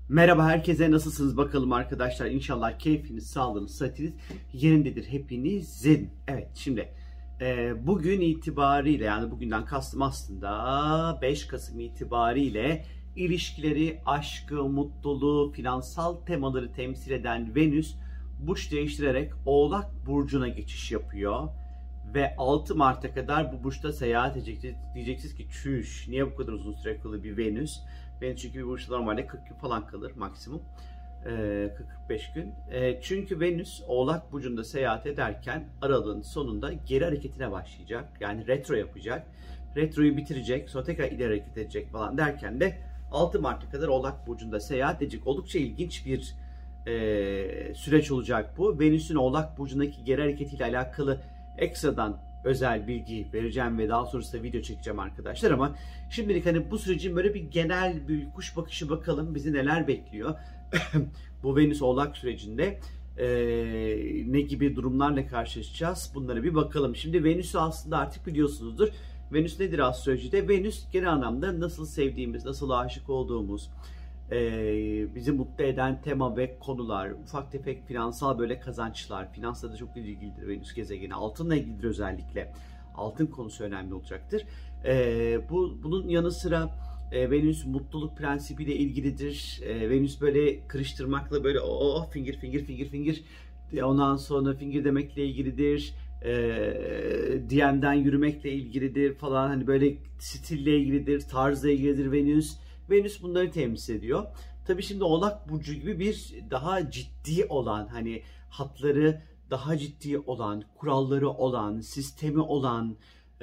Merhaba herkese, nasılsınız bakalım arkadaşlar. İnşallah keyfiniz, sağlığınız, sıhhatiniz yerindedir hepinizin. Evet, şimdi bugün itibariyle, yani bugünden kastım aslında 5 Kasım itibariyle ilişkileri, aşkı, mutluluğu, finansal temaları temsil eden Venüs burç değiştirerek Oğlak Burcu'na geçiş yapıyor. Ve 6 Mart'a kadar bu burçta seyahat edecek. Diyeceksiniz ki çüş, niye bu kadar uzun süre kalır bir Venüs? Venüs çünkü bir burçta normalde 40 gün falan kalır maksimum. 40-45 gün. Çünkü Venüs Oğlak Burcu'nda seyahat ederken aralığın sonunda geri hareketine başlayacak. Yani retro yapacak. Retroyu bitirecek, sonra tekrar ileri hareket edecek falan derken de 6 Mart'a kadar Oğlak Burcu'nda seyahat edecek. Oldukça ilginç bir süreç olacak bu. Venüs'ün Oğlak Burcu'ndaki geri hareketiyle alakalı ekstradan özel bilgi vereceğim ve daha sonrasında video çekeceğim arkadaşlar, ama şimdilik hani bu sürecin böyle bir genel bir kuş bakışı, bakalım bizi neler bekliyor. Bu Venüs Oğlak sürecinde ne gibi durumlarla karşılaşacağız, bunlara bir bakalım. Şimdi Venüs'ü aslında artık biliyorsunuzdur. Venüs nedir astrolojide? Venüs genel anlamda nasıl sevdiğimiz, nasıl aşık olduğumuz, bizi mutlu eden tema ve konular, ufak tefek finansal böyle kazançlar, finansla da çok ilgilidir Venüs gezegeni, altınla ilgilidir özellikle. Altın konusu önemli olacaktır. Bunun yanı sıra Venüs mutluluk prensibiyle ilgilidir. Venüs böyle kırıştırmakla, böyle finger finger finger finger, ondan sonra finger demekle ilgilidir. DM'den yürümekle ilgilidir falan, hani böyle stille ilgilidir, tarzla ilgilidir Venüs. Venüs bunları temsil ediyor. Tabii şimdi Oğlak Burcu gibi bir daha ciddi olan, hani hatları daha ciddi olan, kuralları olan, sistemi olan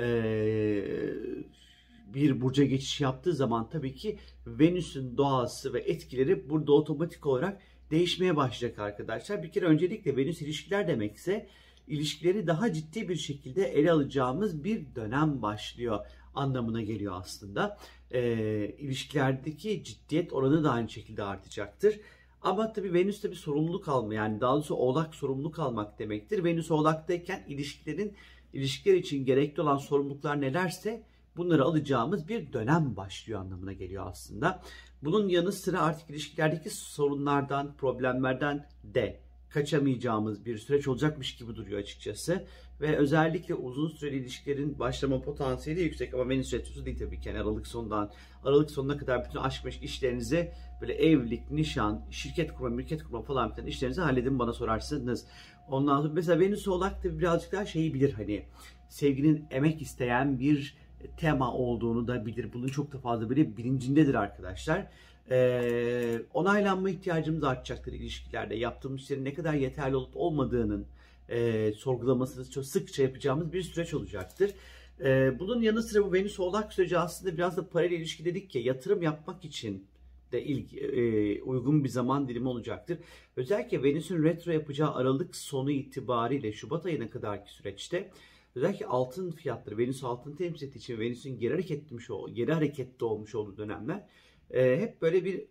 bir burca geçiş yaptığı zaman tabii ki Venüs'ün doğası ve etkileri burada otomatik olarak değişmeye başlayacak arkadaşlar. Bir kere öncelikle Venüs ilişkiler demekse, ilişkileri daha ciddi bir şekilde ele alacağımız bir dönem başlıyor anlamına geliyor aslında. İlişkilerdeki ciddiyet oranı da aynı şekilde artacaktır. Ama tabii Venüs bir sorumluluk alma, yani daha doğrusu Oğlak sorumluluk almak demektir. Venüs Oğlak'tayken ilişkiler için gerekli olan sorumluluklar nelerse bunları alacağımız bir dönem başlıyor anlamına geliyor aslında. Bunun yanı sıra artık ilişkilerdeki sorunlardan, problemlerden de kaçamayacağımız bir süreç olacakmış gibi duruyor açıkçası. Ve özellikle uzun süreli ilişkilerin başlama potansiyeli yüksek, ama Venüs retrosu değil tabii ki. Yani Aralık sonuna kadar bütün aşk meşk işlerinizi, böyle evlilik, nişan, şirket kurma, mülkiyet kurma falan filan işlerinizi halledin bana sorarsınız. Ondan sonra mesela Venüs Oğlak da birazcık daha şeyi bilir, hani sevginin emek isteyen bir tema olduğunu da bilir. Bunun çok da fazla böyle bilincindedir arkadaşlar. Onaylanma ihtiyacımız artacaktır ilişkilerde. Yaptığımız işlerin ne kadar yeterli olup olmadığının sorgulamasını çok sıkça yapacağımız bir süreç olacaktır. Bunun yanı sıra bu Venüs Oğlak süreci aslında biraz da paralel ilişki dedik ya, yatırım yapmak için de uygun bir zaman dilimi olacaktır. Özellikle Venüs'ün retro yapacağı Aralık sonu itibariyle Şubat ayına kadarki süreçte özellikle altın fiyatları, Venüs altın temsil ettiği için Venüs'ün geri harekette olmuş olduğu dönemler hep böyle bir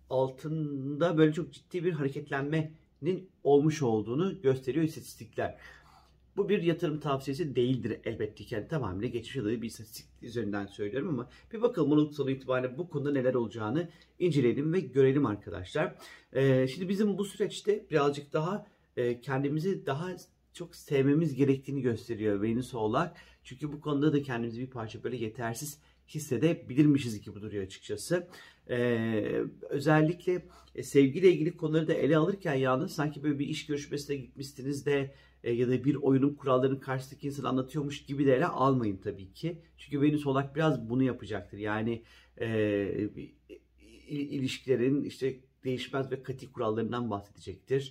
altında böyle çok ciddi bir hareketlenmenin olmuş olduğunu gösteriyor istatistikler. Bu bir yatırım tavsiyesi değildir elbette ki. Yani tamamıyla geçmişe dayalı bir istatistik üzerinden söylüyorum, ama bir bakalım Aralık sonu itibariyle bu konuda neler olacağını inceleyelim ve görelim arkadaşlar. Şimdi bizim bu süreçte birazcık daha kendimizi daha çok sevmemiz gerektiğini gösteriyor Venüs Oğlak. Çünkü bu konuda da kendimizi bir parça böyle yetersiz hissedebilirmişiz gibi duruyor açıkçası. Özellikle sevgiyle ilgili konuları da ele alırken yalnız sanki böyle bir iş görüşmesine gitmişsiniz de ya da bir oyunun kurallarını karşıdaki insan anlatıyormuş gibi de ele almayın tabii ki. Çünkü Venüs Oğlak biraz bunu yapacaktır. Yani ilişkilerin işte değişmez ve katı kurallarından bahsedecektir.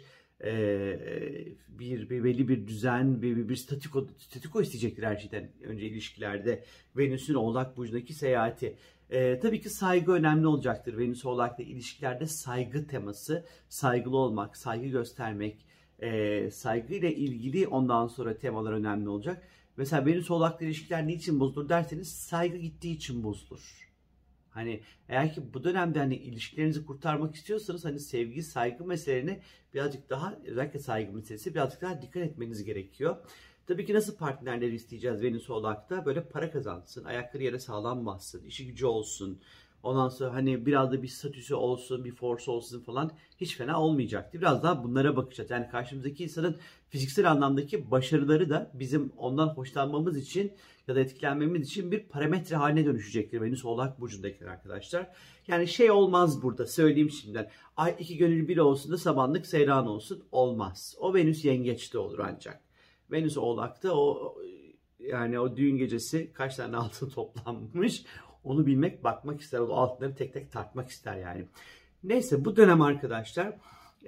Belli bir düzen, bir statiko isteyecektir her şeyden önce ilişkilerde. Venüs'ün Oğlak Burcu'ndaki seyahati. Tabii ki saygı önemli olacaktır. Venüs Oğlak'ta ilişkilerde saygı teması, saygılı olmak, saygı göstermek, saygıyla ilgili ondan sonra temalar önemli olacak. Mesela Venüs Oğlak'ta ilişkiler niçin bozulur derseniz, saygı gittiği için bozulur. Hani eğer ki bu dönemde hani ilişkilerinizi kurtarmak istiyorsanız, hani sevgi, saygı meselelerine birazcık daha, özellikle saygı meselesi birazcık daha dikkat etmeniz gerekiyor. Tabii ki nasıl partnerleri isteyeceğiz Venüs Oğlak'ta? Böyle para kazansın, ayakları yere sağlam bassın, işi gücü olsun. Ondan sonra hani biraz da bir statüsü olsun, bir force olsun falan hiç fena olmayacaktı. Biraz daha bunlara bakacağız. Yani karşımızdaki insanın fiziksel anlamdaki başarıları da bizim ondan hoşlanmamız için ya da etkilenmemiz için bir parametre haline dönüşecektir Venüs Oğlak Burcu'ndaki arkadaşlar. Yani şey olmaz burada, söyleyeyim şimdiden. Ay iki gönül bir olsun da sabanlık seyran olsun, olmaz. O Venüs Yengeç'te olur ancak. Venüs Oğlak'ta yani o düğün gecesi kaç tane altın toplanmış onu bilmek, bakmak ister. O altınları tek tek tartmak ister yani. Neyse, bu dönem arkadaşlar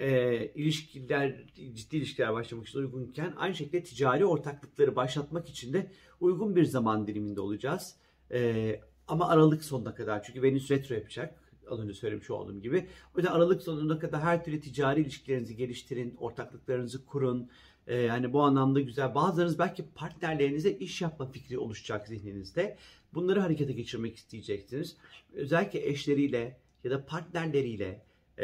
ciddi ilişkiler başlamak için uygunken, aynı şekilde ticari ortaklıkları başlatmak için de uygun bir zaman diliminde olacağız. Ama Aralık sonuna kadar, çünkü Venüs retro yapacak. Az önce söylemiş olduğum gibi. O yüzden Aralık sonuna kadar her türlü ticari ilişkilerinizi geliştirin, ortaklıklarınızı kurun. Yani bu anlamda güzel. Bazılarınız belki partnerlerinize iş yapma fikri oluşacak zihninizde. Bunları harekete geçirmek isteyeceksiniz. Özellikle eşleriyle ya da partnerleriyle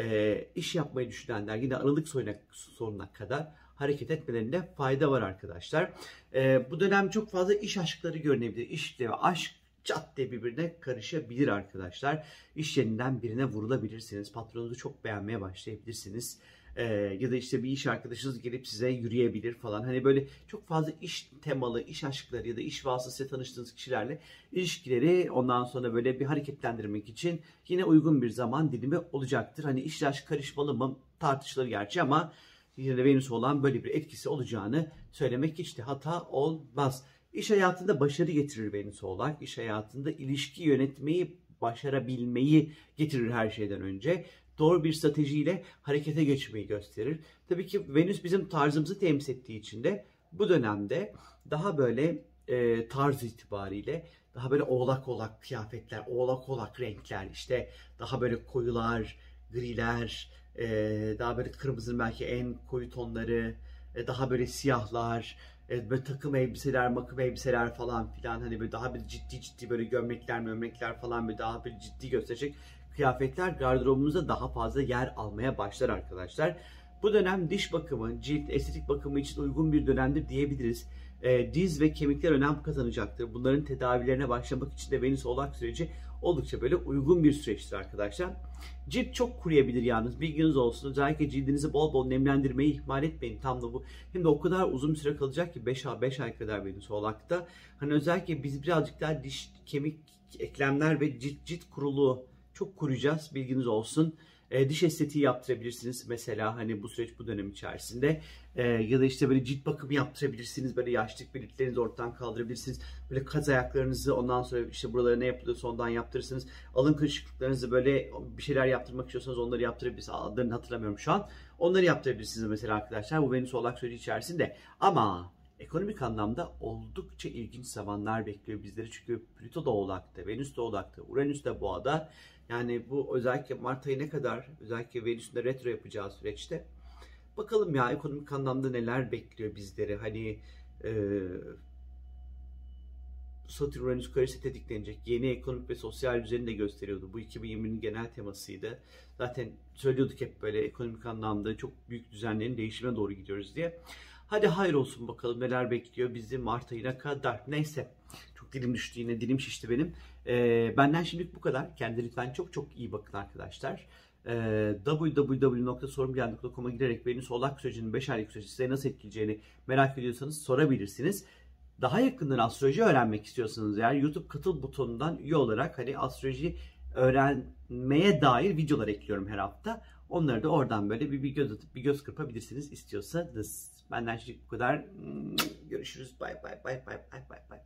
iş yapmayı düşünenler yine Aralık sonuna kadar hareket etmelerinde fayda var arkadaşlar. Bu dönem çok fazla iş aşkları görünebilir. İş ve aşk çat diye birbirine karışabilir arkadaşlar. İş yerinden birine vurulabilirsiniz. Patronunuzu çok beğenmeye başlayabilirsiniz. Ya da işte bir iş arkadaşınız gelip size yürüyebilir falan. Hani böyle çok fazla iş temalı, iş aşkları ya da iş vasıtasıyla tanıştığınız kişilerle ilişkileri ondan sonra böyle bir hareketlendirmek için yine uygun bir zaman dilimi olacaktır. Hani iş aşk karışmalı mı tartışılır gerçi, ama yine de Venüs olan böyle bir etkisi olacağını söylemek hiç de hata olmaz. İş hayatında başarı getirir Venüs Oğlak. İş hayatında ilişki yönetmeyi, başarabilmeyi getirir her şeyden önce. Doğru bir stratejiyle harekete geçmeyi gösterir. Tabii ki Venüs bizim tarzımızı temsil ettiği için de bu dönemde daha böyle tarz itibariyle daha böyle oğlak oğlak kıyafetler, oğlak oğlak renkler, işte daha böyle koyular, griler, daha böyle kırmızının belki en koyu tonları, daha böyle siyahlar, böyle takım elbiseler, makım elbiseler falan filan, hani böyle daha bir ciddi böyle gömlekler falan, böyle daha bir ciddi gösterecek kıyafetler gardırobumuzda daha fazla yer almaya başlar arkadaşlar. Bu dönem diş bakımı, cilt, estetik bakımı için uygun bir dönemdir diyebiliriz. Diz ve kemikler önem kazanacaktır. Bunların tedavilerine başlamak için de Venüs Oğlak süreci oldukça böyle uygun bir süreçtir arkadaşlar. Cilt çok kuruyabilir yalnız, bilginiz olsun. Özellikle cildinizi bol bol nemlendirmeyi ihmal etmeyin. Tam da bu. Hem de o kadar uzun bir süre kalacak ki 5 ay kadar Venüs Oğlak'ta. Hani özellikle biz birazcık daha diş, kemik, eklemler ve cilt kuruluğu çok kuruyacağız, bilginiz olsun. Diş estetiği yaptırabilirsiniz mesela, hani bu süreç, bu dönem içerisinde. Ya da işte böyle cilt bakımı yaptırabilirsiniz. Böyle yaşlık belirtilerinizi ortadan kaldırabilirsiniz. Böyle kaz ayaklarınızı, ondan sonra işte buralara ne yapılıyorsa ondan yaptırırsınız. Alın kırışıklıklarınızı, böyle bir şeyler yaptırmak istiyorsanız onları yaptırabilirsiniz. Adlarını hatırlamıyorum şu an. Onları yaptırabilirsiniz mesela arkadaşlar bu Venüs Oğlak süreci içerisinde. Ama ekonomik anlamda oldukça ilginç zamanlar bekliyor bizleri. Çünkü Plüto da Oğlak'ta, Venüs de Oğlak'ta, Uranüs de Boğa'da. Yani bu özellikle Mart ayına kadar, özellikle Venüs'ün de retro yapacağı süreçte bakalım ya ekonomik anlamda neler bekliyor bizleri. Hani Satürn-Uranüs karesi tetiklenecek. Yeni ekonomik ve sosyal düzeni de gösteriyordu. Bu 2020'nin genel temasıydı. Zaten söylüyorduk hep böyle ekonomik anlamda çok büyük düzenlerin değişime doğru gidiyoruz diye. Hadi hayır olsun bakalım neler bekliyor bizi Mart ayına kadar. Neyse, çok dilim düştü, yine dilim şişti benim. Benden şimdilik bu kadar. Kendinize lütfen çok çok iyi bakın arkadaşlar. www.sorumbilen.com'a girerek Venüs Oğlak sürecinin 5 aylık süreci size nasıl etkileyeceğini merak ediyorsanız sorabilirsiniz. Daha yakından astroloji öğrenmek istiyorsanız eğer YouTube katıl butonundan üye olarak hani astroloji öğrenmeye dair videolar ekliyorum her hafta. Onları da oradan böyle bir göz atıp bir göz kırpabilirsiniz istiyorsanız. Benden şimdilik bu kadar. Görüşürüz. Bye bye bye bye bye bye bye.